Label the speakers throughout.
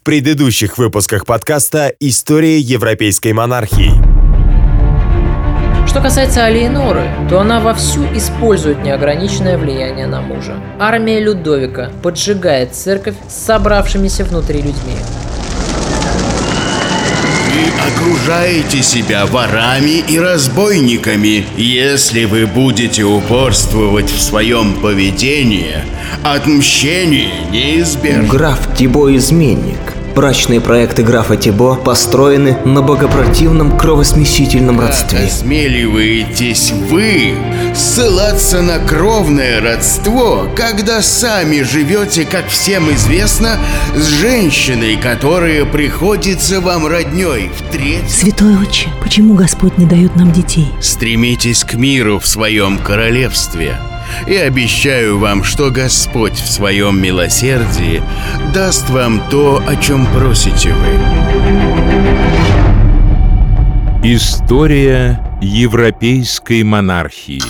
Speaker 1: предыдущих выпусках подкаста «История европейской монархии».
Speaker 2: Что касается Алеиноры, то она вовсю использует неограниченное влияние на мужа. Армия Людовика поджигает церковь с собравшимися внутри людьми.
Speaker 3: Вы окружаете себя ворами и разбойниками. Если вы будете упорствовать в своем поведении, отмщение неизбежно.
Speaker 4: Граф Тибо изменник. Брачные проекты графа Тибо построены на богопротивном кровосмесительном родстве.
Speaker 3: Осмеливаетесь вы ссылаться на кровное родство, когда сами живете, как всем известно, с женщиной, которая приходится вам родней в третьем...
Speaker 5: Святой Отче, почему Господь не дает нам детей?
Speaker 3: Стремитесь к миру в своем королевстве. И обещаю вам, что Господь в своем милосердии даст вам то, о чем просите вы.
Speaker 6: История европейской монархии.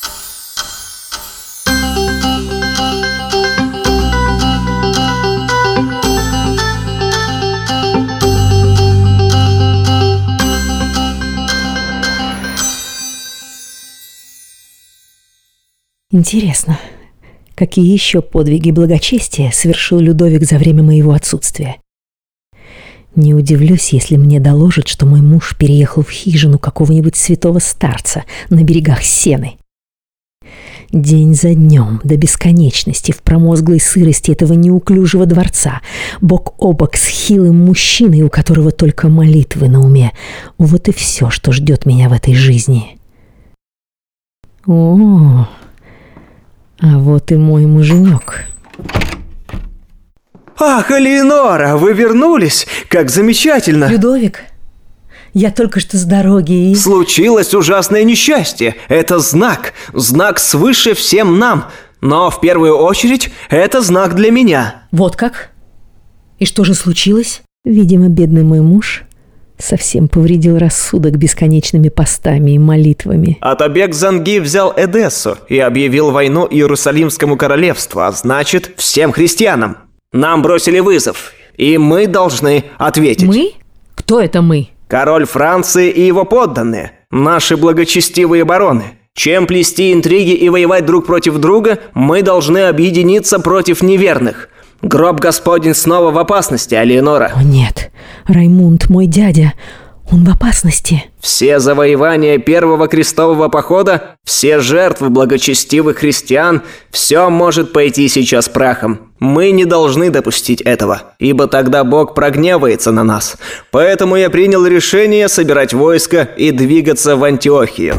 Speaker 5: Интересно, какие еще подвиги благочестия совершил Людовик за время моего отсутствия? Не удивлюсь, если мне доложат, что мой муж переехал в хижину какого-нибудь святого старца на берегах Сены. День за днем, до бесконечности, в промозглой сырости этого неуклюжего дворца, бок о бок с хилым мужчиной, у которого только молитвы на уме. Вот и все, что ждет меня в этой жизни. А вот и мой муженек.
Speaker 4: Ах, Алеинора, вы вернулись! Как замечательно!
Speaker 5: Людовик, я только что с дороги и...
Speaker 4: Случилось ужасное несчастье. Это знак. Знак свыше всем нам. Но в первую очередь это знак для меня.
Speaker 5: Вот как? И что же случилось? Видимо, бедный мой муж совсем повредил рассудок бесконечными постами и молитвами.
Speaker 4: Атабек Занги взял Эдессу и объявил войну Иерусалимскому королевству, а значит, всем христианам. Нам бросили вызов, и мы должны ответить.
Speaker 5: Мы? Кто это мы?
Speaker 4: Король Франции и его подданные, наши благочестивые бароны. Чем плести интриги и воевать друг против друга, мы должны объединиться против неверных. Гроб Господень снова в опасности, Алеинора.
Speaker 5: О нет, Раймунд, мой дядя, он в опасности.
Speaker 4: Все завоевания первого крестового похода, все жертвы благочестивых христиан, все может пойти сейчас прахом. Мы не должны допустить этого, ибо тогда Бог прогневается на нас. Поэтому я принял решение собирать войско и двигаться в Антиохию.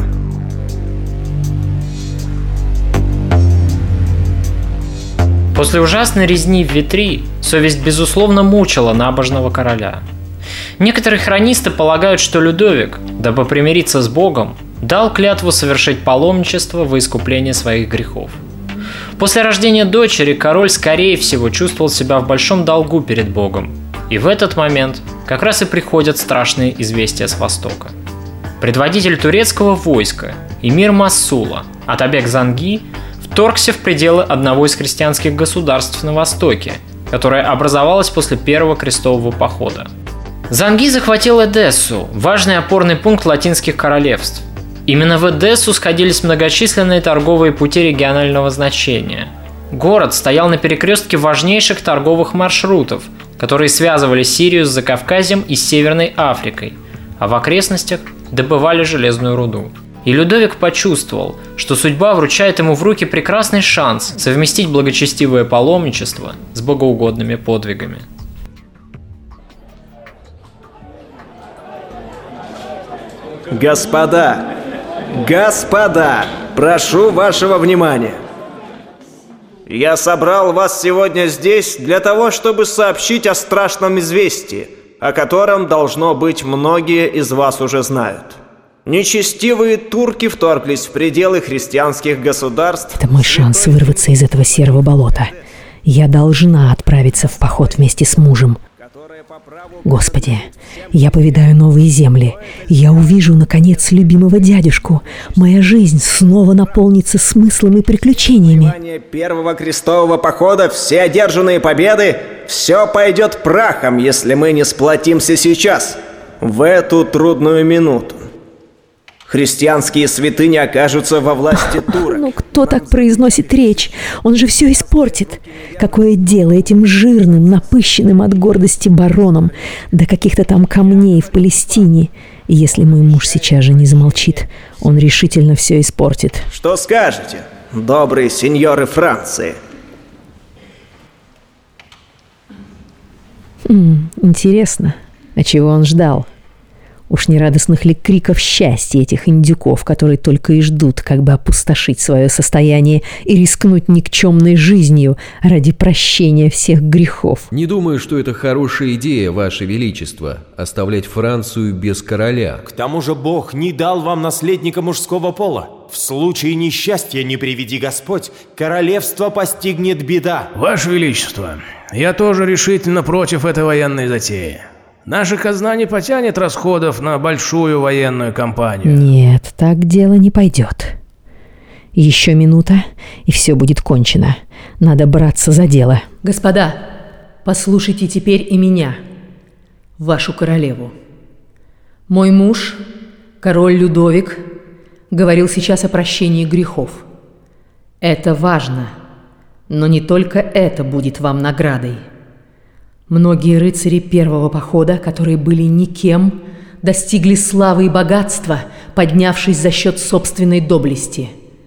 Speaker 2: После ужасной резни в Витри совесть безусловно мучила набожного короля. Некоторые хронисты полагают, что Людовик, дабы примириться с Богом, дал клятву совершить паломничество во искупление своих грехов. После рождения дочери король, скорее всего, чувствовал себя в большом долгу перед Богом. И в этот момент как раз и приходят страшные известия с Востока. Предводитель турецкого войска эмир Массула Атабек Занги вторгся в пределы одного из христианских государств на Востоке, которое образовалось после первого крестового похода. Занги захватил Эдессу, важный опорный пункт латинских королевств. Именно в Эдессу сходились многочисленные торговые пути регионального значения. Город стоял на перекрестке важнейших торговых маршрутов, которые связывали Сирию с Закавказьем и Северной Африкой, а в окрестностях добывали железную руду. И Людовик почувствовал, что судьба вручает ему в руки прекрасный шанс совместить благочестивое паломничество с богоугодными подвигами.
Speaker 4: Господа, прошу вашего внимания. Я собрал вас сегодня здесь для того, чтобы сообщить о страшном известии, о котором, должно быть, многие из вас уже знают. Нечестивые турки вторглись в пределы христианских государств.
Speaker 5: Это мой шанс вырваться из этого серого болота. Я должна отправиться в поход вместе с мужем. Господи, я повидаю новые земли. Я увижу, наконец, любимого дядюшку. Моя жизнь снова наполнится смыслом и приключениями.
Speaker 4: Первого крестового похода, все одержанные победы, все пойдет прахом, если мы не сплотимся сейчас, в эту трудную минуту. Христианские святыни окажутся во власти турок.
Speaker 5: Ну кто так произносит речь? Он же все испортит. Какое дело этим жирным, напыщенным от гордости баронам до каких-то там камней в Палестине? И если мой муж сейчас же не замолчит, он решительно все испортит.
Speaker 4: Что скажете, добрые сеньоры Франции?
Speaker 5: Интересно, а чего он ждал? Уж не радостных ли криков счастья этих индюков, которые только и ждут, как бы опустошить свое состояние и рискнуть никчемной жизнью ради прощения всех грехов?
Speaker 7: Не думаю, что это хорошая идея, Ваше Величество, оставлять Францию без короля.
Speaker 1: К тому же Бог не дал вам наследника мужского пола. В случае несчастья, не приведи Господь, королевство постигнет беда.
Speaker 8: Ваше Величество, я тоже решительно против этой военной затеи. Наша казна не потянет расходов на большую военную кампанию.
Speaker 5: Нет, так дело не пойдет. Еще минута, и все будет кончено. Надо браться за дело.
Speaker 9: Господа, послушайте теперь и меня, вашу королеву. Мой муж, король Людовик, говорил сейчас о прощении грехов. Это важно, но не только это будет вам наградой. Многие рыцари первого похода, которые были никем, достигли славы и богатства, поднявшись за счет собственной доблести.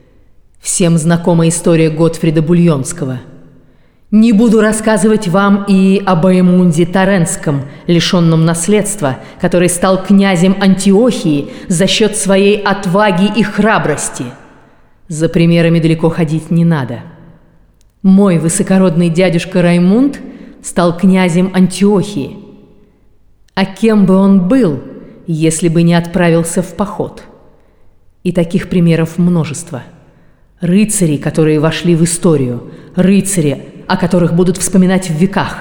Speaker 9: Всем знакома история Готфрида Бульонского. Не буду рассказывать вам и об Боемунде Таренском, лишенном наследства, который стал князем Антиохии за счет своей отваги и храбрости. За примерами далеко ходить не надо. Мой высокородный дядюшка Раймунд стал князем Антиохии. А кем бы он был, если бы не отправился в поход? И таких примеров множество. Рыцари, которые вошли в историю, рыцари, о которых будут вспоминать в веках.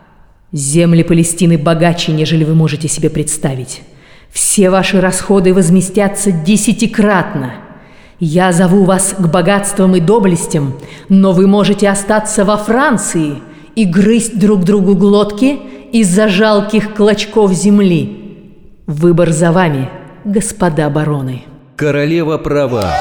Speaker 9: Земли Палестины богаче, нежели вы можете себе представить. Все ваши расходы возместятся 10-кратно. Я зову вас к богатствам и доблестям, но вы можете остаться во Франции и грызть друг другу глотки из-за жалких клочков земли. Выбор за вами, господа бароны.
Speaker 7: Королева права.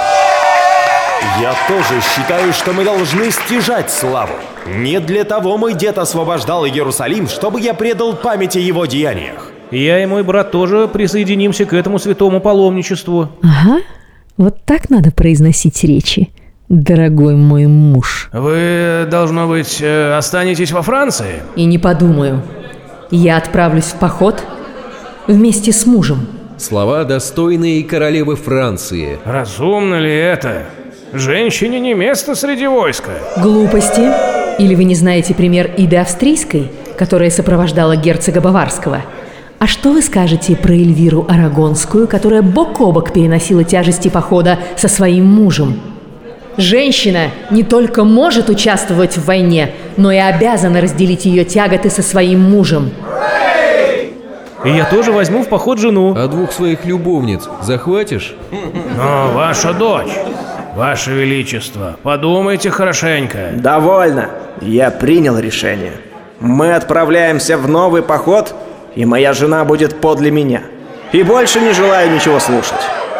Speaker 1: Я тоже считаю, что мы должны стяжать славу. Не для того мой дед освобождал Иерусалим, чтобы я предал памяти его деяниях.
Speaker 8: Я и мой брат тоже присоединимся к этому святому паломничеству.
Speaker 5: Ага, вот так надо произносить речи, дорогой мой муж.
Speaker 8: Вы, должно быть, останетесь во Франции?
Speaker 9: И не подумаю. Я отправлюсь в поход вместе с мужем.
Speaker 7: Слова, достойные королевы Франции.
Speaker 8: Разумно ли это? Женщине не место среди войска.
Speaker 9: Глупости? Или вы не знаете пример Иды Австрийской, которая сопровождала герцога Баварского? А что вы скажете про Эльвиру Арагонскую, которая бок о бок переносила тяжести похода со своим мужем? Женщина не только может участвовать в войне, но и обязана разделить ее тяготы со своим мужем.
Speaker 8: И я тоже возьму в поход жену.
Speaker 7: А двух своих любовниц захватишь?
Speaker 8: Но ваша дочь, Ваше Величество, подумайте хорошенько.
Speaker 4: Довольно. Я принял решение. Мы отправляемся в новый поход, и моя жена будет подле меня. И больше не желаю ничего слушать.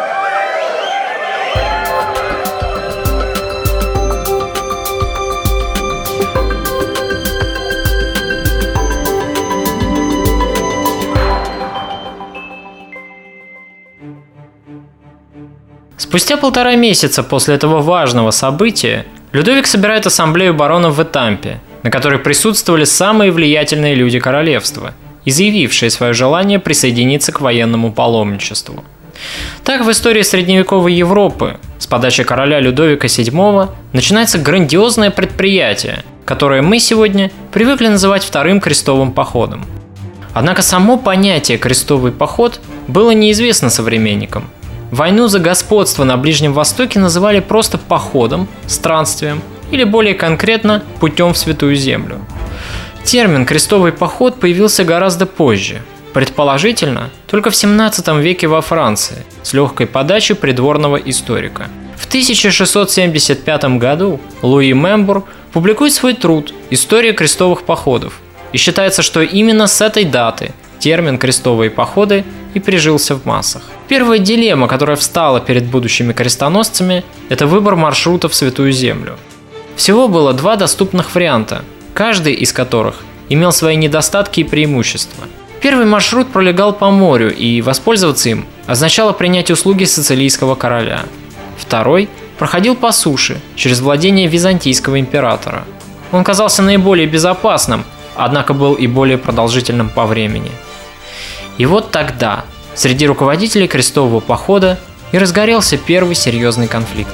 Speaker 2: Спустя 1,5 месяца после этого важного события Людовик собирает ассамблею баронов в Этампе, на которой присутствовали самые влиятельные люди королевства, изъявившие свое желание присоединиться к военному паломничеству. Так в истории средневековой Европы с подачи короля Людовика VII начинается грандиозное предприятие, которое мы сегодня привыкли называть Вторым крестовым походом. Однако само понятие «крестовый поход» было неизвестно современникам. Войну за господство на Ближнем Востоке называли просто походом, странствием или более конкретно путем в Святую Землю. Термин «крестовый поход» появился гораздо позже, предположительно, только в 17 веке во Франции, с легкой подачей придворного историка. В 1675 году Луи Мембур публикует свой труд «История крестовых походов», и считается, что именно с этой даты термин «крестовые походы» и прижился в массах. Первая дилемма, которая встала перед будущими крестоносцами, это выбор маршрута в Святую Землю. Всего было два доступных варианта, каждый из которых имел свои недостатки и преимущества. Первый маршрут пролегал по морю, и воспользоваться им означало принять услуги сицилийского короля. Второй проходил по суше, через владение византийского императора. Он казался наиболее безопасным, однако был и более продолжительным по времени. И вот тогда среди руководителей крестового похода и разгорелся первый серьезный конфликт.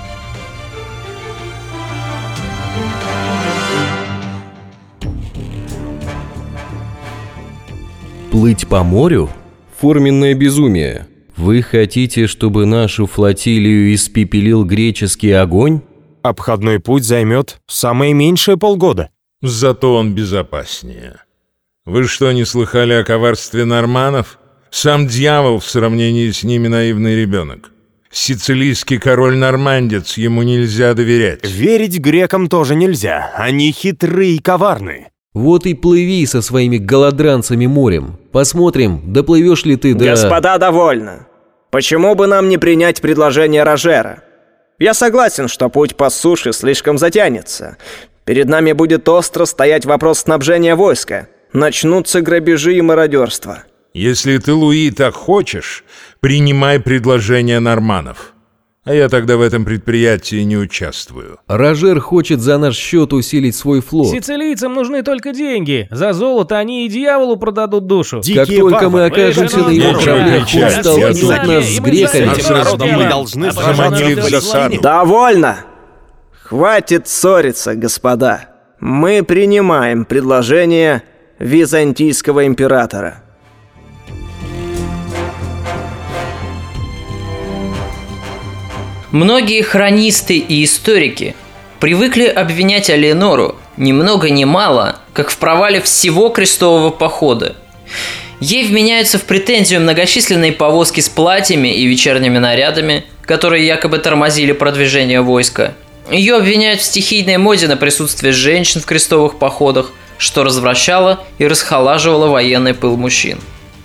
Speaker 7: Плыть по морю? Форменное безумие. Вы хотите, чтобы нашу флотилию испепелил греческий огонь?
Speaker 1: Обходной путь займет самое меньшее полгода.
Speaker 6: Зато он безопаснее. Вы что, не слыхали о коварстве норманнов? Сам дьявол в сравнении с ними наивный ребенок. Сицилийский король-нормандец, ему нельзя доверять.
Speaker 1: Верить грекам тоже нельзя, они хитрые и коварные.
Speaker 7: Вот и плыви со своими голодранцами морем. Посмотрим, доплывешь ли ты до...
Speaker 4: Господа, довольно. Почему бы нам не принять предложение Рожера? Я согласен, что путь по суше слишком затянется. Перед нами будет остро стоять вопрос снабжения войска. Начнутся грабежи и мародерство.
Speaker 6: Если ты, Луи, так хочешь, принимай предложение норманнов. А я тогда в этом предприятии не участвую.
Speaker 7: Рожер хочет за наш счет усилить свой флот.
Speaker 8: Сицилийцам нужны только деньги. За золото они и дьяволу продадут душу.
Speaker 7: Как только мы окажемся на его кораблях, он столкнет нас с греками.
Speaker 1: Мы должны
Speaker 6: заманили в засаду.
Speaker 4: Довольно! Хватит ссориться, господа. Мы принимаем предложение византийского императора.
Speaker 2: Многие хронисты и историки привыкли обвинять Алиенору ни много ни мало, как в провале всего крестового похода. Ей вменяются в претензию многочисленные повозки с платьями и вечерними нарядами, которые якобы тормозили продвижение войска. Ее обвиняют в стихийной моде на присутствие женщин в крестовых походах, что развращало и расхолаживало военный пыл мужчин.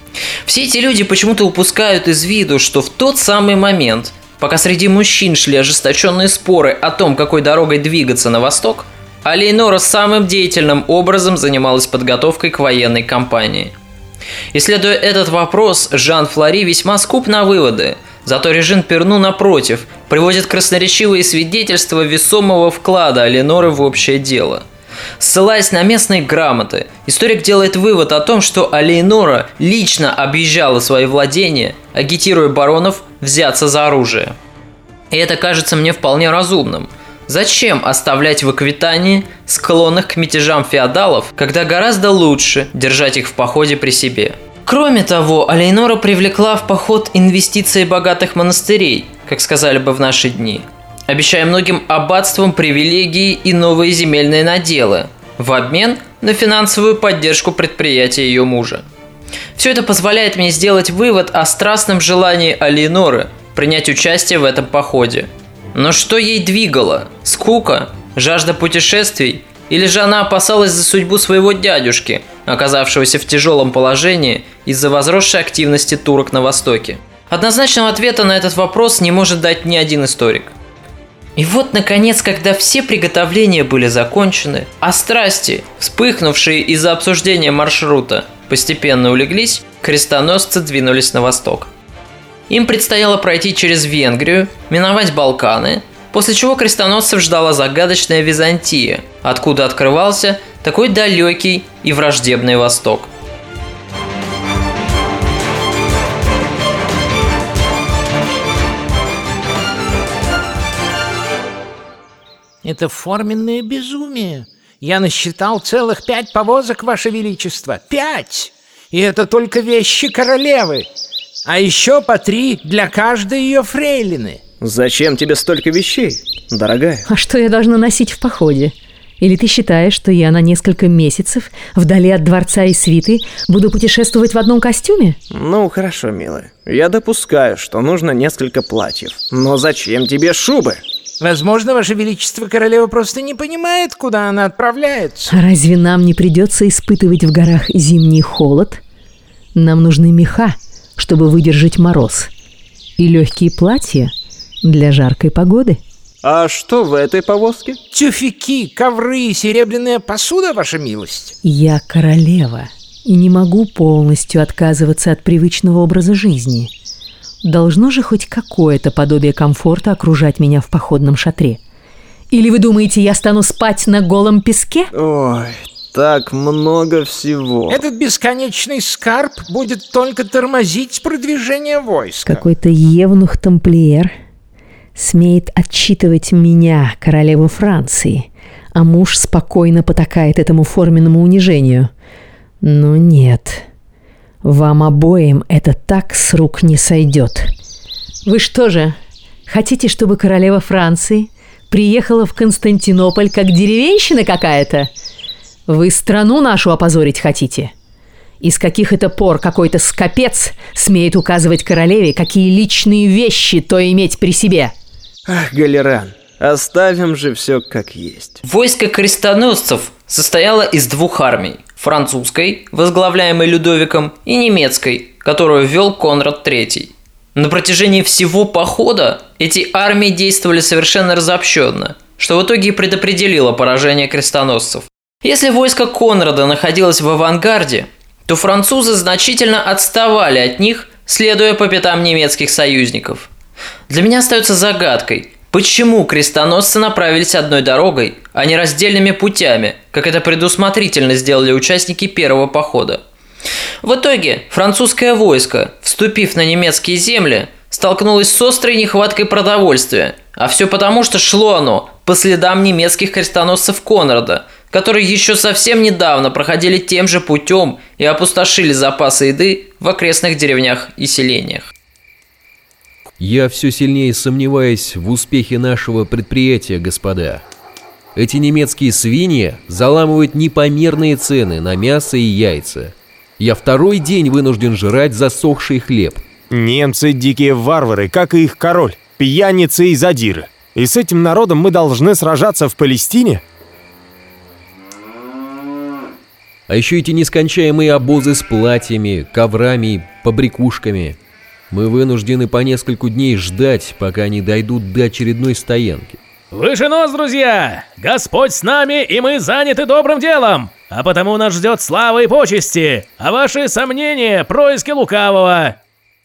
Speaker 2: Все эти люди почему-то упускают из виду, что в тот самый момент, пока среди мужчин шли ожесточенные споры о том, какой дорогой двигаться на восток, Алиенора самым деятельным образом занималась подготовкой к военной кампании. Исследуя этот вопрос, Жан Флори весьма скуп на выводы, зато Режин Перну, напротив, приводит красноречивые свидетельства весомого вклада Алиеноры в общее дело. Ссылаясь на местные грамоты, историк делает вывод о том, что Алиенора лично объезжала свои владения, агитируя баронов взяться за оружие. И это кажется мне вполне разумным. Зачем оставлять в Аквитании склонных к мятежам феодалов, когда гораздо лучше держать их в походе при себе? Кроме того, Алиенора привлекла в поход инвестиции богатых монастырей, как сказали бы в наши дни, обещая многим аббатствам привилегии и новые земельные наделы в обмен на финансовую поддержку предприятия ее мужа. Все это позволяет мне сделать вывод о страстном желании Алиеноры принять участие в этом походе. Но что ей двигало? Скука? Жажда путешествий? Или же она опасалась за судьбу своего дядюшки, оказавшегося в тяжелом положении из-за возросшей активности турок на Востоке? Однозначного ответа на этот вопрос не может дать ни один историк. И вот, наконец, когда все приготовления были закончены, а страсти, вспыхнувшие из-за обсуждения маршрута, постепенно улеглись, крестоносцы двинулись на восток. Им предстояло пройти через Венгрию, миновать Балканы, после чего крестоносцев ждала загадочная Византия, откуда открывался такой далекий и враждебный Восток.
Speaker 10: Это форменное безумие. Я насчитал целых 5 повозок, Ваше Величество. 5! И это только вещи королевы. А еще по 3 для каждой ее фрейлины.
Speaker 4: Зачем тебе столько вещей, дорогая?
Speaker 5: А что я должна носить в походе?
Speaker 9: Или ты считаешь, что я на несколько месяцев вдали от дворца и свиты буду путешествовать в одном костюме?
Speaker 4: Ну, хорошо, милая. Я допускаю, что нужно несколько платьев. Но зачем тебе шубы?
Speaker 10: Возможно, Ваше Величество, королева просто не понимает, куда она отправляется.
Speaker 9: А разве нам не придется испытывать в горах зимний холод? Нам нужны меха, чтобы выдержать мороз. И легкие платья для жаркой погоды.
Speaker 4: А что в этой повозке?
Speaker 10: Тюфяки, ковры, серебряная посуда, Ваша милость.
Speaker 9: Я королева и не могу полностью отказываться от привычного образа жизни. Должно же хоть какое-то подобие комфорта окружать меня в походном шатре. Или вы думаете, я стану спать на голом песке?
Speaker 4: Ой, так много всего.
Speaker 10: Этот бесконечный скарб будет только тормозить продвижение войска.
Speaker 9: Какой-то евнух-тамплиер смеет отчитывать меня, королеву Франции, а муж спокойно потакает этому форменному унижению. Но нет, вам обоим это так с рук не сойдет. Вы что же, хотите, чтобы королева Франции приехала в Константинополь как деревенщина какая-то? Вы страну нашу опозорить хотите? И с каких это пор какой-то скопец смеет указывать королеве, какие личные вещи то иметь при себе?
Speaker 4: Ах, Галеран, оставим же все как есть.
Speaker 2: Войско крестоносцев состояло из двух армий – французской, возглавляемой Людовиком, и немецкой, которую вел Конрад III. На протяжении всего похода эти армии действовали совершенно разобщенно, что в итоге и предопределило поражение крестоносцев. Если войско Конрада находилось в авангарде, то французы значительно отставали от них, следуя по пятам немецких союзников. Для меня остается загадкой, почему крестоносцы направились одной дорогой, а не раздельными путями, как это предусмотрительно сделали участники первого похода. В итоге французское войско, вступив на немецкие земли, столкнулось с острой нехваткой продовольствия, а все потому, что шло оно по следам немецких крестоносцев Конрада, которые еще совсем недавно проходили тем же путем и опустошили запасы еды в окрестных деревнях и селениях.
Speaker 7: Я все сильнее сомневаюсь в успехе нашего предприятия, господа. Эти немецкие свиньи заламывают непомерные цены на мясо и яйца. Я второй день вынужден жрать засохший хлеб.
Speaker 1: Немцы – дикие варвары, как и их король, пьяницы и задиры. И с этим народом мы должны сражаться в Палестине?
Speaker 7: А еще эти нескончаемые обозы с платьями, коврами, побрякушками. Мы вынуждены по нескольку дней ждать, пока они дойдут до очередной стоянки.
Speaker 8: Выше нос, друзья! Господь с нами, и мы заняты добрым делом! А потому нас ждет слава и почести, а ваши сомнения – происки лукавого.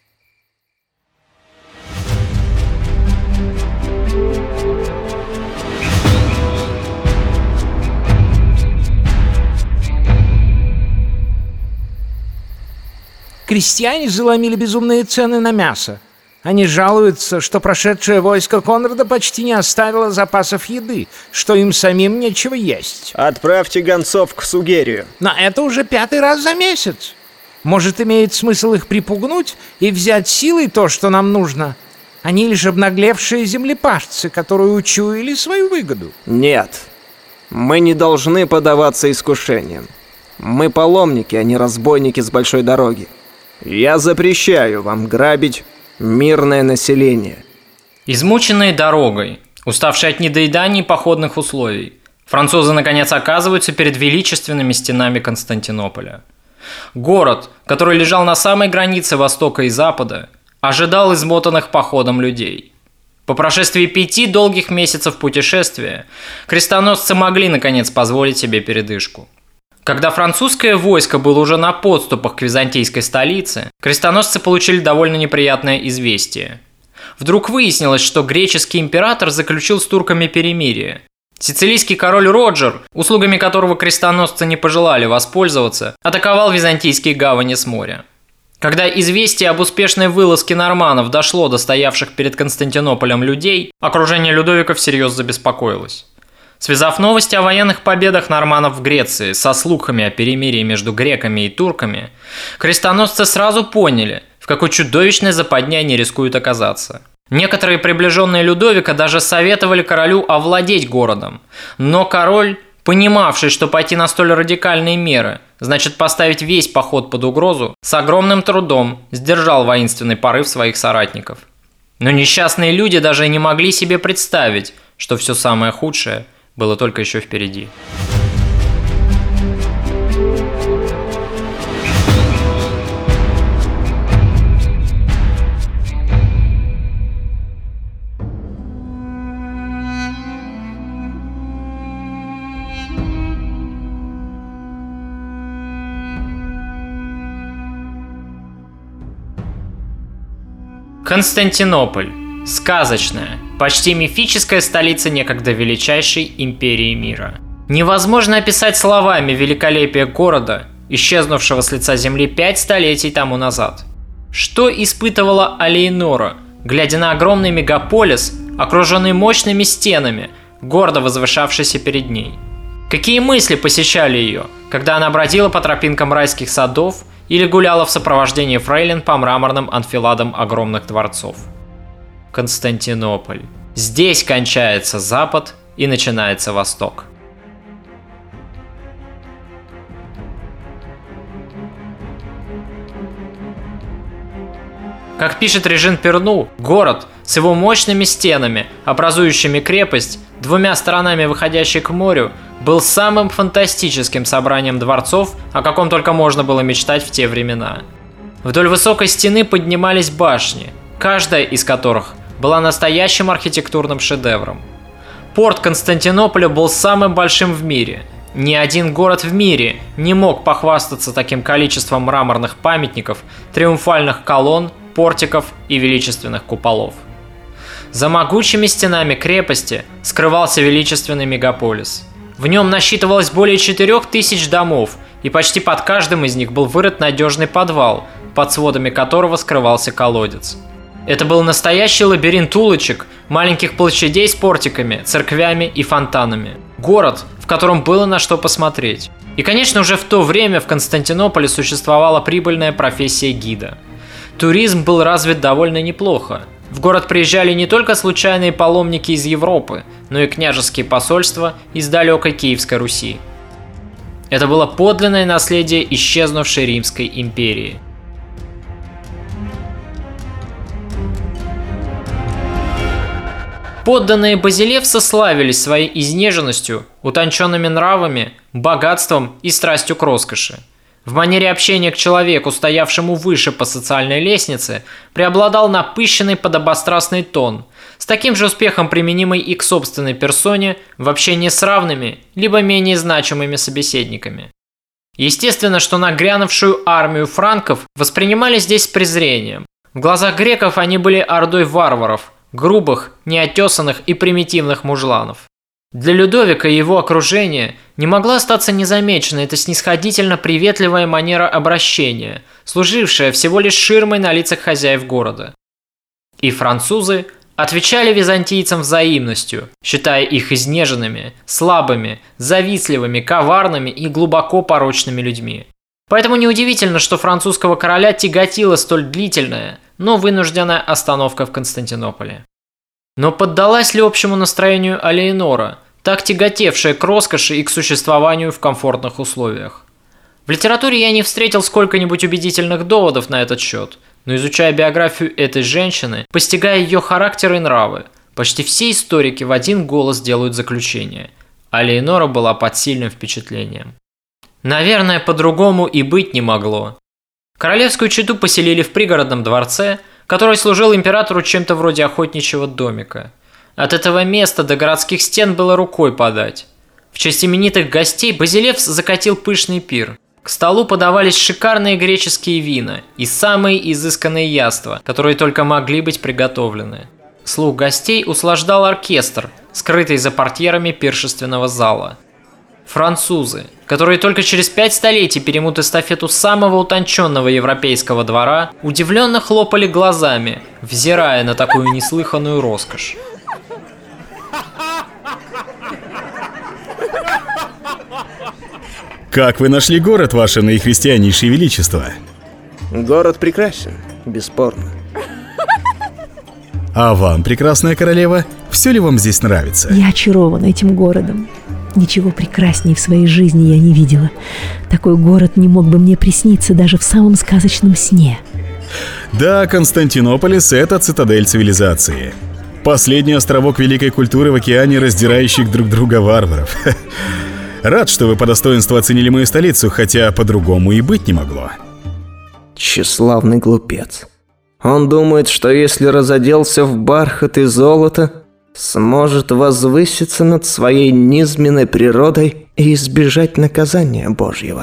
Speaker 10: Крестьяне заломили безумные цены на мясо. Они жалуются, что прошедшее войско Конрада почти не оставило запасов еды, что им самим нечего есть.
Speaker 4: Отправьте гонцов к Сугерию.
Speaker 10: Но это уже 5-й раз за месяц. Может, имеет смысл их припугнуть и взять силой то, что нам нужно? Они лишь обнаглевшие землепашцы, которые учуяли свою выгоду.
Speaker 4: Нет, мы не должны поддаваться искушениям. Мы паломники, а не разбойники с большой дороги. Я запрещаю вам грабить мирное население.
Speaker 2: Измученные дорогой, уставшие от недоедания и походных условий, французы наконец оказываются перед величественными стенами Константинополя. Город, который лежал на самой границе Востока и Запада, ожидал измотанных походом людей. По прошествии 5 долгих месяцев путешествия крестоносцы могли наконец позволить себе передышку. Когда французское войско было уже на подступах к византийской столице, крестоносцы получили довольно неприятное известие. Вдруг выяснилось, что греческий император заключил с турками перемирие. Сицилийский король Роджер, услугами которого крестоносцы не пожелали воспользоваться, атаковал византийские гавани с моря. Когда известие об успешной вылазке норманнов дошло до стоявших перед Константинополем людей, окружение Людовика всерьез забеспокоилось. Связав новости о военных победах норманнов в Греции со слухами о перемирии между греками и турками, крестоносцы сразу поняли, в какой чудовищной западне они рискуют оказаться. Некоторые приближенные Людовика даже советовали королю овладеть городом, но король понимавший, что пойти на столь радикальные меры значит поставить весь поход под угрозу, с огромным трудом сдержал воинственный порыв своих соратников. Но несчастные люди даже и не могли себе представить, что все самое худшее было только еще впереди. Константинополь. Сказочная, почти мифическая столица некогда величайшей империи мира. Невозможно описать словами великолепие города, исчезнувшего с лица земли 5 столетий тому назад. Что испытывала Алеинора, глядя на огромный мегаполис, окруженный мощными стенами, гордо возвышавшийся перед ней? Какие мысли посещали ее, когда она бродила по тропинкам райских садов или гуляла в сопровождении фрейлин по мраморным анфиладам огромных дворцов? Константинополь. Здесь кончается Запад и начинается Восток. Как пишет Режин Перну, город с его мощными стенами, образующими крепость, 2 сторонами выходящей к морю, был самым фантастическим собранием дворцов, о каком только можно было мечтать в те времена. Вдоль высокой стены поднимались башни, каждая из которых была настоящим архитектурным шедевром. Порт Константинополя был самым большим в мире. Ни один город в мире не мог похвастаться таким количеством мраморных памятников, триумфальных колонн, портиков и величественных куполов. За могучими стенами крепости скрывался величественный мегаполис. В нем насчитывалось более 4000 домов, и почти под каждым из них был вырыт надежный подвал, под сводами которого скрывался колодец. Это был настоящий лабиринт улочек, маленьких площадей с портиками, церквями и фонтанами. Город, в котором было на что посмотреть. И, конечно, уже в то время в Константинополе существовала прибыльная профессия гида. Туризм был развит довольно неплохо. В город приезжали не только случайные паломники из Европы, но и княжеские посольства из далекой Киевской Руси. Это было подлинное наследие исчезнувшей Римской империи. Подданные Базилевса славились своей изнеженностью, утонченными нравами, богатством и страстью к роскоши. В манере общения к человеку, стоявшему выше по социальной лестнице, преобладал напыщенный подобострастный тон, с таким же успехом применимый и к собственной персоне в общении с равными, либо менее значимыми собеседниками. Естественно, что нагрянувшую армию франков воспринимали здесь с презрением. В глазах греков они были ордой варваров, грубых, неотесанных и примитивных мужланов. Для Людовика и его окружения не могла остаться незамеченной эта снисходительно приветливая манера обращения, служившая всего лишь ширмой на лицах хозяев города. И французы отвечали византийцам взаимностью, считая их изнеженными, слабыми, завистливыми, коварными и глубоко порочными людьми. Поэтому неудивительно, что французского короля тяготила столь длительная, но вынужденная остановка в Константинополе. Но поддалась ли общему настроению Алеинора, так тяготевшая к роскоши и к существованию в комфортных условиях? В литературе я не встретил сколько-нибудь убедительных доводов на этот счет, но изучая биографию этой женщины, постигая ее характер и нравы, почти все историки в один голос делают заключение: Алеинора была под сильным впечатлением. Наверное, по-другому и быть не могло. Королевскую чету поселили в пригородном дворце, который служил императору чем-то вроде охотничьего домика. От этого места до городских стен было рукой подать. В честь именитых гостей Базилевс закатил пышный пир. К столу подавались шикарные греческие вина и самые изысканные яства, которые только могли быть приготовлены. Слух гостей услаждал оркестр, скрытый за портьерами пиршественного зала. Французы, которые только через 5 столетий переймут эстафету самого утонченного европейского двора, удивленно хлопали глазами, взирая на такую неслыханную роскошь.
Speaker 11: Как вы нашли город, ваше наихристианнейшее величество?
Speaker 4: Город прекрасен, бесспорно.
Speaker 11: А вам, прекрасная королева, все ли вам здесь нравится?
Speaker 5: Я очарована этим городом. Ничего прекраснее в своей жизни я не видела. Такой город не мог бы мне присниться даже в самом сказочном сне.
Speaker 11: Да, Константинополис — это цитадель цивилизации. Последний островок великой культуры в океане, раздирающих друг друга варваров. Рад, что вы по достоинству оценили мою столицу, хотя по-другому и быть не могло.
Speaker 4: Тщеславный глупец. Он думает, что если разоделся в бархат и золото, сможет возвыситься над своей низменной природой и избежать наказания Божьего.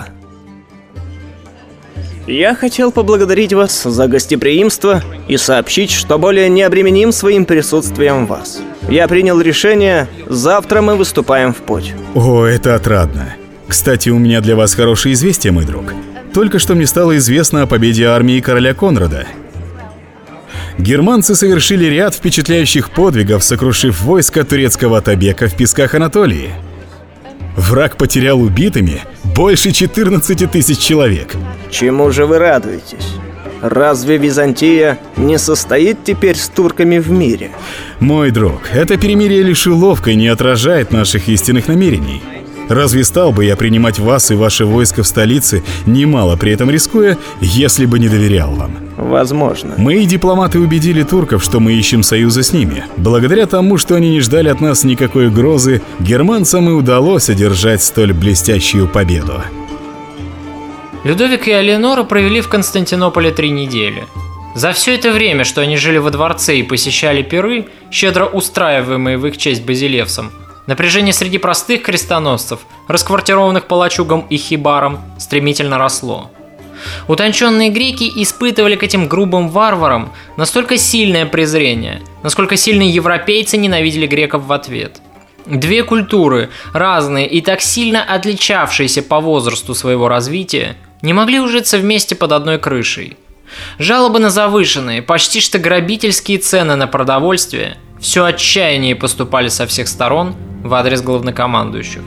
Speaker 4: Я хотел поблагодарить вас за гостеприимство и сообщить, что более не обременим своим присутствием вас. Я принял решение, завтра мы выступаем в путь.
Speaker 11: О, это отрадно. Кстати, у меня для вас хорошее известие, мой друг. Только что мне стало известно о победе армии короля Конрада. Германцы совершили ряд впечатляющих подвигов, сокрушив войско турецкого Атабека в песках Анатолии. Враг потерял убитыми больше 14 тысяч человек.
Speaker 4: Чему же вы радуетесь? Разве Византия не состоит теперь с турками в мире?
Speaker 11: Мой друг, это перемирие лишь уловка и не отражает наших истинных намерений. Разве стал бы я принимать вас и ваше войско в столице, немало при этом рискуя, если бы не доверял вам?
Speaker 4: Возможно.
Speaker 11: Мы, дипломаты, убедили турков, что мы ищем союза с ними. Благодаря тому, что они не ждали от нас никакой угрозы, германцам и удалось одержать столь блестящую победу.
Speaker 2: Людовик и Алеонора провели в Константинополе 3 недели. За все это время, что они жили во дворце и посещали пиры, щедро устраиваемые в их честь Базилевсом, напряжение среди простых крестоносцев, расквартированных по лачугам и хибарам, стремительно росло. Утонченные греки испытывали к этим грубым варварам настолько сильное презрение, насколько сильно европейцы ненавидели греков в ответ. Две культуры, разные и так сильно отличавшиеся по возрасту своего развития, не могли ужиться вместе под одной крышей. Жалобы на завышенные, почти что грабительские цены на продовольствие все отчаяннее поступали со всех сторон в адрес главнокомандующих.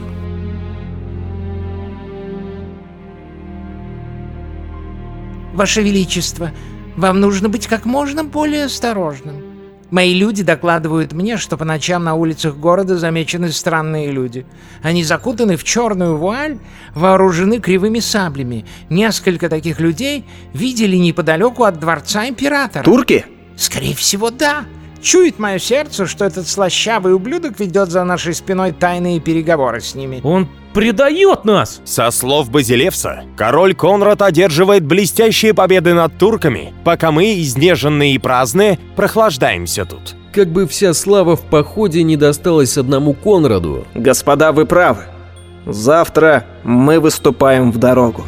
Speaker 10: Ваше Величество, вам нужно быть как можно более осторожным. Мои люди докладывают мне, что по ночам на улицах города замечены странные люди. Они закутаны в черную вуаль, вооружены кривыми саблями. Несколько таких людей видели неподалеку от дворца императора.
Speaker 4: Турки?
Speaker 10: Скорее всего, да. Чует мое сердце, что этот слащавый ублюдок ведет за нашей спиной тайные переговоры с ними.
Speaker 8: Он предает нас!
Speaker 1: Со слов Базилевса, король Конрад одерживает блестящие победы над турками, пока мы, изнеженные и праздные, прохлаждаемся тут.
Speaker 7: Как бы вся слава в походе не досталась одному Конраду.
Speaker 4: Господа, вы правы. Завтра мы выступаем в дорогу.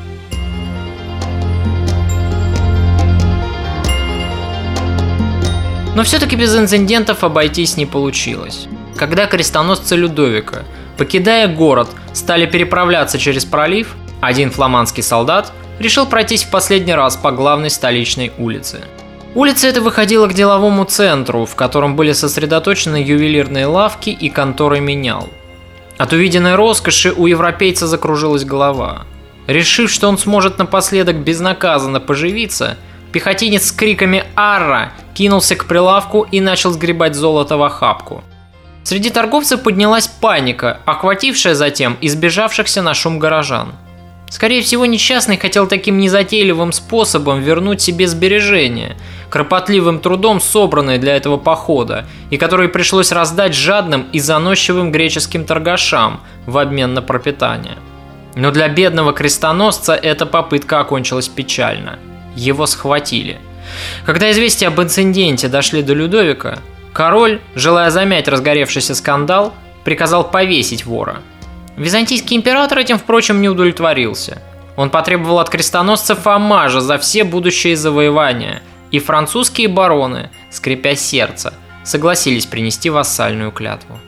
Speaker 2: Но все-таки без инцидентов обойтись не получилось. Когда крестоносцы Людовика, покидая город, стали переправляться через пролив, один фламандский солдат решил пройтись в последний раз по главной столичной улице. Улица эта выходила к деловому центру, в котором были сосредоточены ювелирные лавки и конторы менял. От увиденной роскоши у европейца закружилась голова. Решив, что он сможет напоследок безнаказанно поживиться, пехотинец с криками «Арра!» кинулся к прилавку и начал сгребать золото в охапку. Среди торговцев поднялась паника, охватившая затем избежавшихся на шум горожан. Скорее всего, несчастный хотел таким незатейливым способом вернуть себе сбережения, кропотливым трудом собранные для этого похода, и которые пришлось раздать жадным и заносчивым греческим торгашам в обмен на пропитание. Но для бедного крестоносца эта попытка окончилась печально. Его схватили. Когда известия об инциденте дошли до Людовика, король, желая замять разгоревшийся скандал, приказал повесить вора. Византийский император этим, впрочем, не удовлетворился. Он потребовал от крестоносцев омажа за все будущие завоевания, и французские бароны, скрипя сердце, согласились принести вассальную клятву.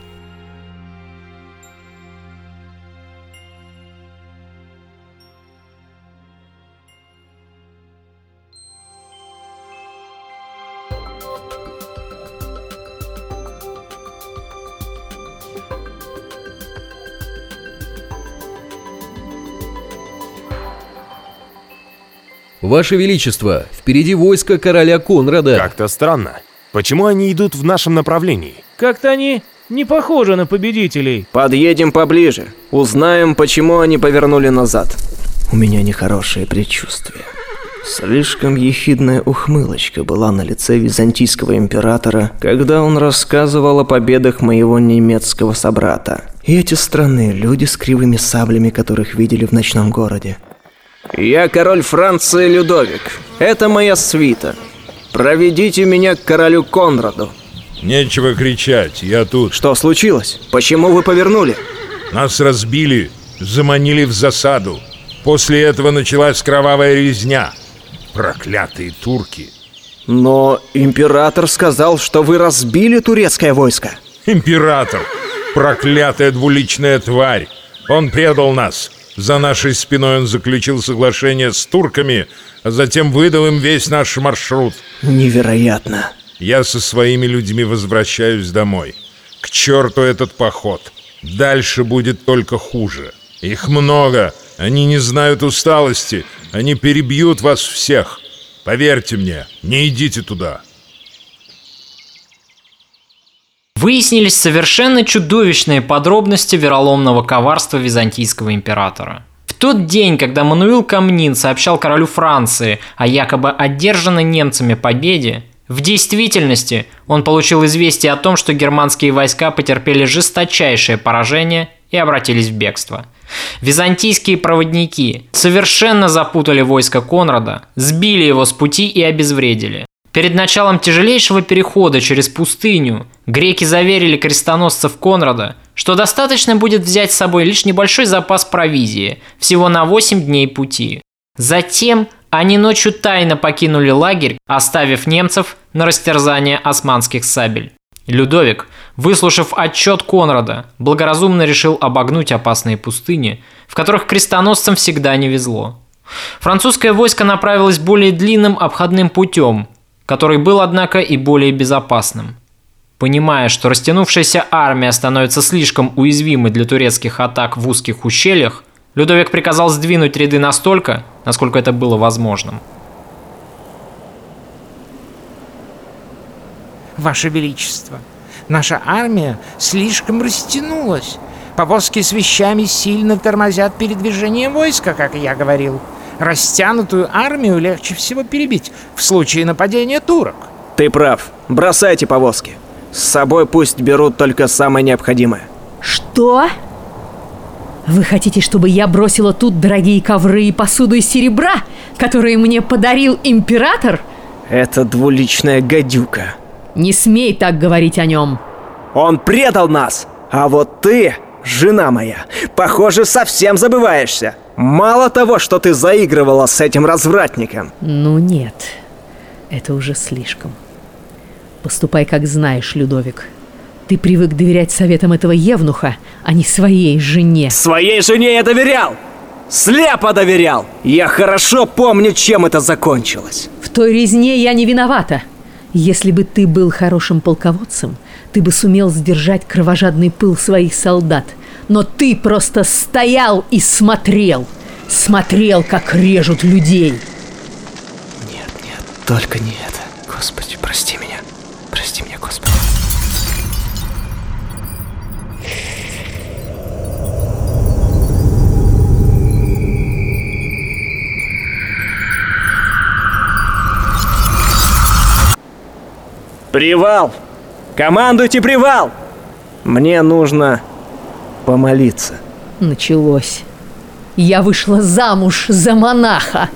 Speaker 7: Ваше Величество, впереди войско короля Конрада.
Speaker 1: Как-то странно. Почему они идут в нашем направлении?
Speaker 8: Как-то они не похожи на победителей.
Speaker 4: Подъедем поближе. Узнаем, почему они повернули назад. У меня нехорошее предчувствие. Слишком ехидная ухмылочка была на лице византийского императора, когда он рассказывал о победах моего немецкого собрата. И эти странные люди с кривыми саблями, которых видели в ночном городе. Я король Франции Людовик. Это моя свита. Проведите меня к королю Конраду.
Speaker 6: Нечего кричать, я тут.
Speaker 4: Что случилось? Почему вы повернули?
Speaker 6: Нас разбили, заманили в засаду. После этого началась кровавая резня. Проклятые турки.
Speaker 4: Но император сказал, что вы разбили турецкое войско.
Speaker 6: Император, проклятая двуличная тварь. Он предал нас. За нашей спиной он заключил соглашение с турками, а затем выдал им весь наш маршрут.
Speaker 4: Невероятно.
Speaker 6: Я со своими людьми возвращаюсь домой. К черту этот поход. Дальше будет только хуже. Их много. Они не знают усталости. Они перебьют вас всех. Поверьте мне, не идите туда.
Speaker 2: Выяснились совершенно чудовищные подробности вероломного коварства византийского императора. В тот день, когда Мануил Камнин сообщал королю Франции о якобы одержанной немцами победе, в действительности он получил известие о том, что германские войска потерпели жесточайшее поражение и обратились в бегство. Византийские проводники совершенно запутали войско Конрада, сбили его с пути и обезвредили. Перед началом тяжелейшего перехода через пустыню греки заверили крестоносцев Конрада, что достаточно будет взять с собой лишь небольшой запас провизии, всего на 8 дней пути. Затем они ночью тайно покинули лагерь, оставив немцев на растерзание османских сабель. Людовик, выслушав отчет Конрада, благоразумно решил обогнуть опасные пустыни, в которых крестоносцам всегда не везло. Французское войско направилось более длинным обходным путем, который был, однако, и более безопасным. Понимая, что растянувшаяся армия становится слишком уязвимой для турецких атак в узких ущельях, Людовик приказал сдвинуть ряды настолько, насколько это было возможным.
Speaker 10: Ваше Величество, наша армия слишком растянулась. Повозки с вещами сильно тормозят передвижение войска, как я говорил. Растянутую армию легче всего перебить в случае нападения турок.
Speaker 4: Ты прав. Бросайте повозки. С собой пусть берут только самое необходимое.
Speaker 9: Что? Вы хотите, чтобы я бросила тут дорогие ковры и посуду из серебра, которые мне подарил император?
Speaker 4: Это двуличная гадюка.
Speaker 9: Не смей так говорить о нем.
Speaker 4: Он предал нас, а вот ты, жена моя, похоже, совсем забываешься. Мало того, что ты заигрывала с этим развратником.
Speaker 9: Ну нет, это уже слишком. Поступай, как знаешь, Людовик. Ты привык доверять советам этого евнуха, а не своей жене.
Speaker 4: Своей жене я доверял! Слепо доверял! Я хорошо помню, чем это закончилось.
Speaker 9: В той резне я не виновата. Если бы ты был хорошим полководцем, ты бы сумел сдержать кровожадный пыл своих солдат. Но ты просто стоял и смотрел. Смотрел, как режут людей.
Speaker 4: Нет, только не это. Господи, прости меня. Прости меня, Господи. Привал! Командуйте привал! Мне нужно помолиться.
Speaker 9: Началось. Я вышла замуж за монаха.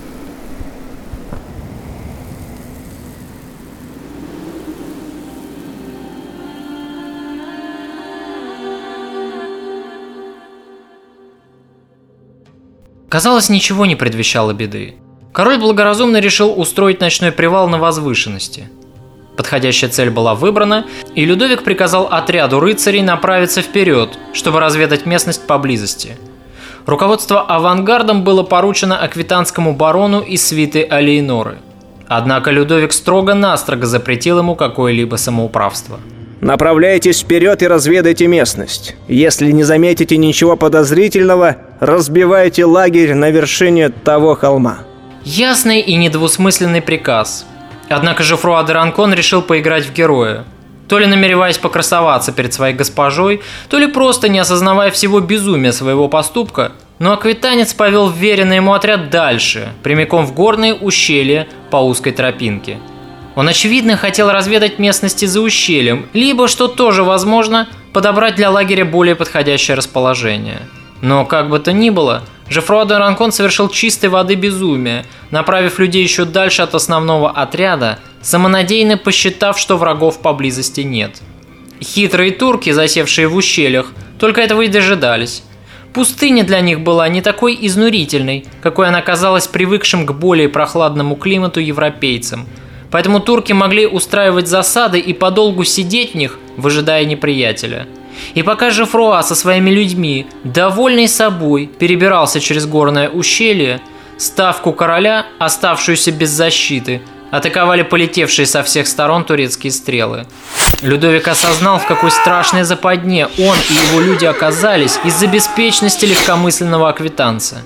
Speaker 2: Казалось, ничего не предвещало беды. Король благоразумно решил устроить ночной привал на возвышенности. Подходящая цель была выбрана, и Людовик приказал отряду рыцарей направиться вперед, чтобы разведать местность поблизости. Руководство авангардом было поручено аквитанскому барону из свиты Алейноры. Однако Людовик строго-настрого запретил ему какое-либо самоуправство.
Speaker 4: Направляйтесь вперед и разведайте местность. Если не заметите ничего подозрительного, разбивайте лагерь на вершине того холма.
Speaker 2: Ясный и недвусмысленный приказ. Однако же Фруа де Ранкон решил поиграть в героя. то ли намереваясь покрасоваться перед своей госпожой, то ли просто не осознавая всего безумия своего поступка, но аквитанец повел вверенный ему отряд дальше, прямиком в горные ущелья по узкой тропинке. Он, очевидно, хотел разведать местности за ущельем, либо, что тоже возможно, подобрать для лагеря более подходящее расположение. Но, как бы то ни было, Жефруа де Ранкон совершил чистой воды безумие, направив людей еще дальше от основного отряда, самонадеянно посчитав, что врагов поблизости нет. Хитрые турки, засевшие в ущельях, только этого и дожидались. Пустыня для них была не такой изнурительной, какой она казалась привыкшим к более прохладному климату европейцам, поэтому турки могли устраивать засады и подолгу сидеть в них, выжидая неприятеля. И пока Жефруа со своими людьми, довольный собой, перебирался через горное ущелье, ставку короля, оставшуюся без защиты, атаковали полетевшие со всех сторон турецкие стрелы. Людовик осознал, в какой страшной западне он и его люди оказались из-за беспечности легкомысленного аквитанца.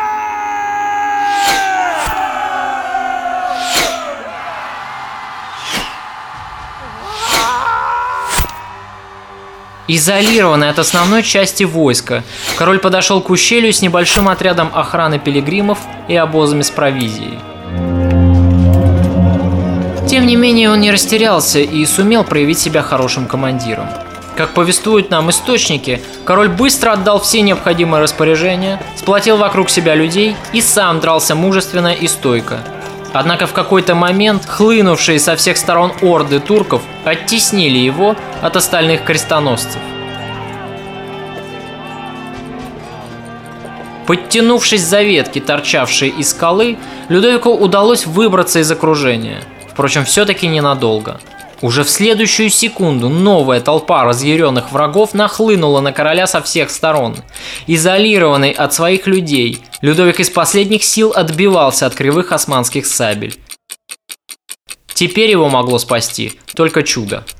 Speaker 2: Изолированный от основной части войска, король подошел к ущелью с небольшим отрядом охраны пилигримов и обозами с провизией. Тем не менее, он не растерялся и сумел проявить себя хорошим командиром. Как повествуют нам источники, король быстро отдал все необходимые распоряжения, сплотил вокруг себя людей и сам дрался мужественно и стойко. Однако в какой-то момент хлынувшие со всех сторон орды турков оттеснили его от остальных крестоносцев. Подтянувшись за ветки, торчавшие из скалы, Людовику удалось выбраться из окружения. Впрочем, все-таки ненадолго. Уже в следующую секунду новая толпа разъяренных врагов нахлынула на короля со всех сторон. Изолированный от своих людей, Людовик из последних сил отбивался от кривых османских сабель. Теперь его могло спасти только чудо.